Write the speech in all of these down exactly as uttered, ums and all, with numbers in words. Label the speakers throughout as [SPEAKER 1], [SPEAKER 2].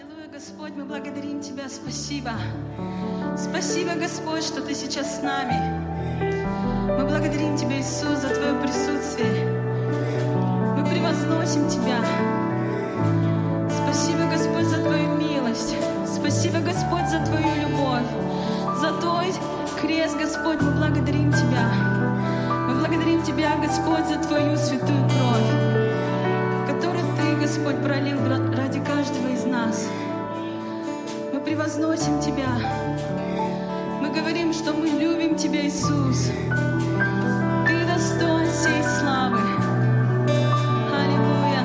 [SPEAKER 1] Аллилуйя, Господь, мы благодарим Тебя, спасибо. Спасибо, Господь, что Ты сейчас с нами. Мы благодарим Тебя, Иисус, за Твое присутствие. Мы превозносим Тебя. Спасибо, Господь, за Твою милость. Спасибо, Господь, за Твою любовь. За Твой крест, Господь, мы благодарим Тебя. Мы благодарим Тебя, Господь, за Твою святую кровь, которую Ты, Господь, пролил ради каждого из нас. Мы превозносим Тебя. Мы говорим, что мы любим Тебя, Иисус. Ты достоин всей славы. Аллилуйя.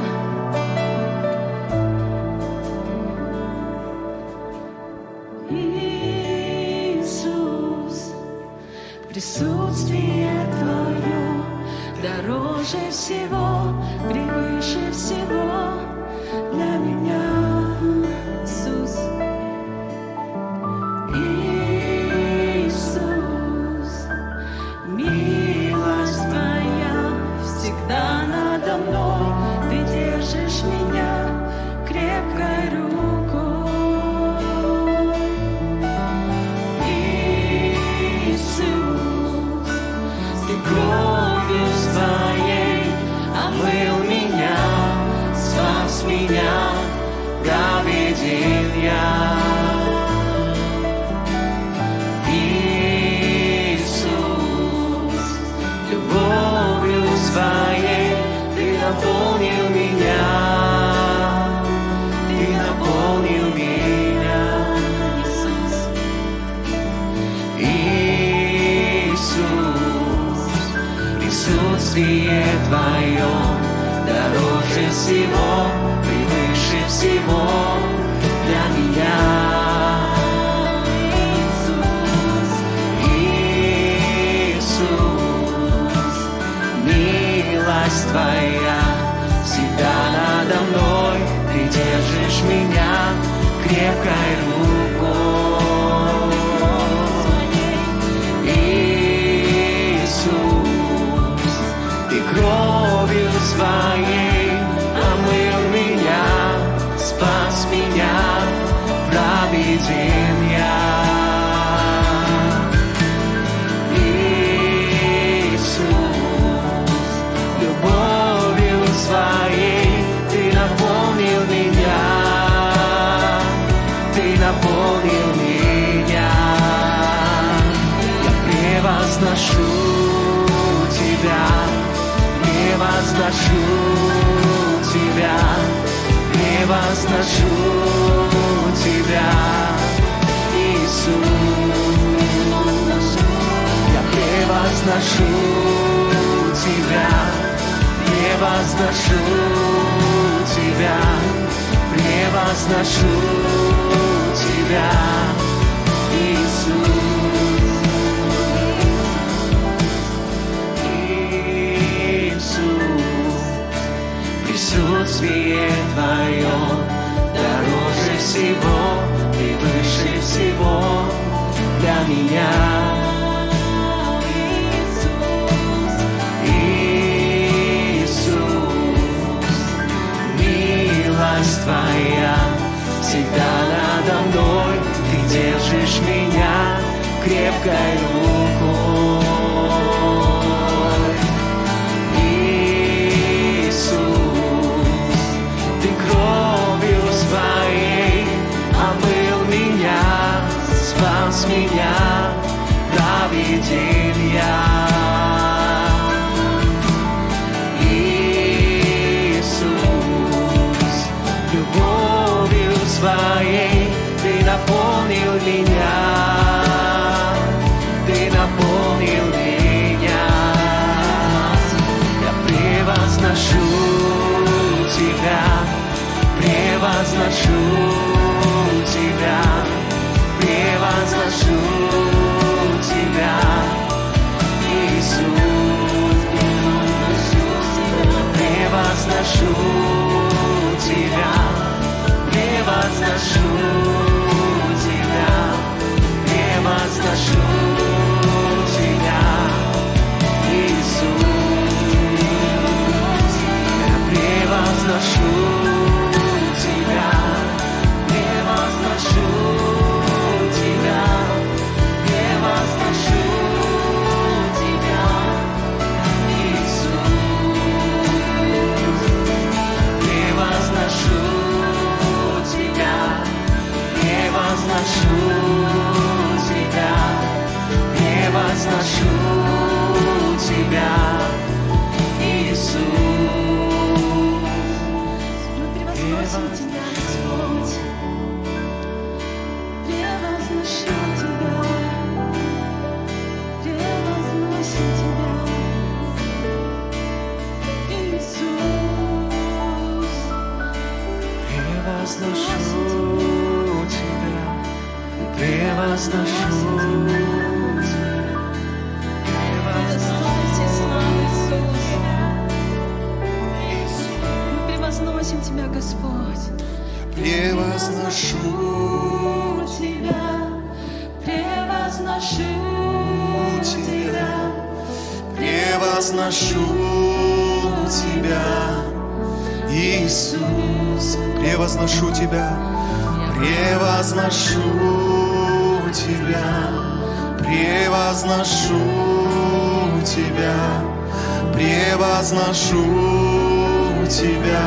[SPEAKER 1] Иисус, присутствие Твое дороже всего, превыше всего для меня. Иисус, Иисус, милость Твоя всегда надо мной. Ты держишь меня крепкой рукой. Иисус, Ты кровью Своей омыл меня, спас меня, праведен я. Иисус, любовью Своей Ты наполнил меня, Ты наполнил меня. Иисус, Иисус, присутствие Твое дороже всего, превыше всего для меня. Иисус, Иисус, милость Твоя всегда надо мной. Ты держишь меня крепкой рукой. Иисус, Ты кровью Своей омыл меня, спас меня, праведен я. Иисус, любовью Своей Ты наполнил меня, Ты наполнил меня. Я превозношу Тебя, превозношу Тебя, превозношу Тебя, Иисус. Я превозношу Тебя, превозношу Тебя, превозношу Тебя, Иисус. Присутствие Твое дороже всего, превыше всего для меня. Иисус, милость Твоя всегда надо мной. Ты держишь меня крепкой рукой. Омыл меня, спас меня, праведен я. Иисус, любовью Своей Ты наполнил меня, Ты наполнил меня. Я превозношу Тебя, превозношу Тебя, превозношу Тебя, Иисус, превозношу Тебя, превозношу Тебя, превозношу Тебя, Иисус, превозношу Тебя. Господь. Превозношу Тебя, превозносим Тебя, Иисус.
[SPEAKER 2] Превозношу Тебя, превозношу
[SPEAKER 1] Достойте славы, Иисус. Мы превозносим Тебя, Господь.
[SPEAKER 2] Превозношу
[SPEAKER 1] Тебя, превозношу Тебя,
[SPEAKER 2] Превозношу Тебя, Иисус. Превозношу Тебя, превозношу Тебя, превозношу Тебя, превозношу Тебя,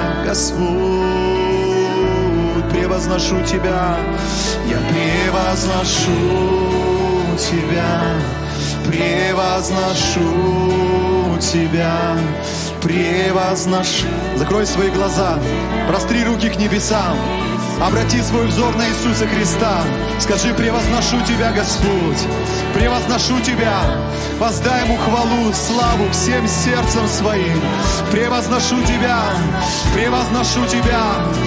[SPEAKER 2] Господь, превозношу Тебя, я превозношу Тебя, превозношу Тебя, превозношу. Закрой свои глаза, простри руки к небесам, обрати свой взор на Иисуса Христа. Скажи: превозношу Тебя, Господь, превозношу Тебя. Воздай Ему хвалу, славу всем сердцем своим. Превозношу Тебя, превозношу Тебя.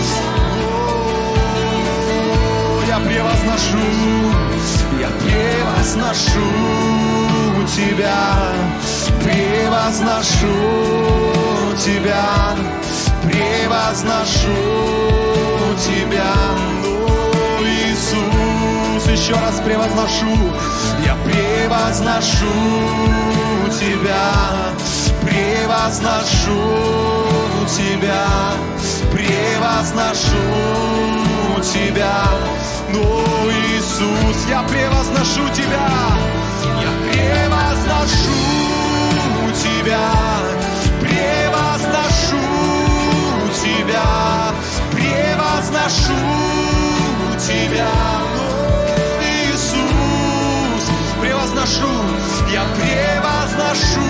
[SPEAKER 2] Я превозношу, я превозношу Тебя, превозношу Тебя, превозношу Тебя, о, Иисус. Еще раз превозношу, я превозношу Тебя, превозношу Тебя, превозношу Тебя, о, Иисус. Я превозношу Тебя, я превозношу Тебя, превозношу Тебя, превозношу Тебя, о, Иисус. Превозношу, я превозношу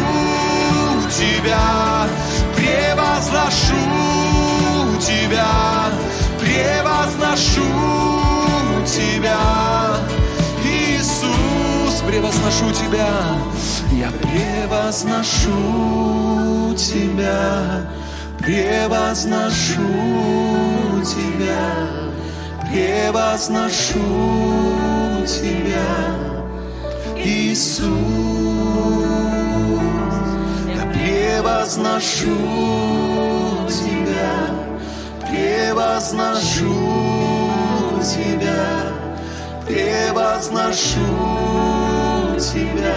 [SPEAKER 2] Тебя, превозношу Тебя, превозношу Тебя, Иисус. Превозношу Тебя, я превозношу Тебя, превозношу Тебя, превозношу Тебя, Иисус. Я превозношу Тебя, превозношу Тебя, превозношу Тебя,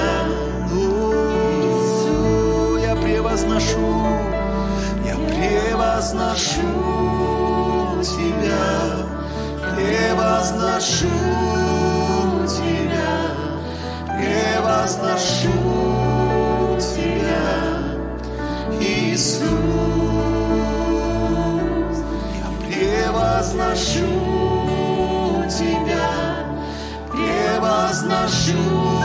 [SPEAKER 2] о, я превозношу, я превозношу Тебя, превозношу Тебя, превозношу Тебя, Иисус. Я превозношу Тебя, превозношу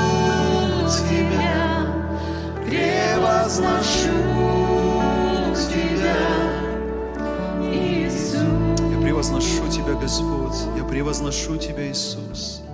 [SPEAKER 2] Тебя, превозношу Тебя, Иисус. Я превозношу Тебя, Господь, я превозношу Тебя, Иисус.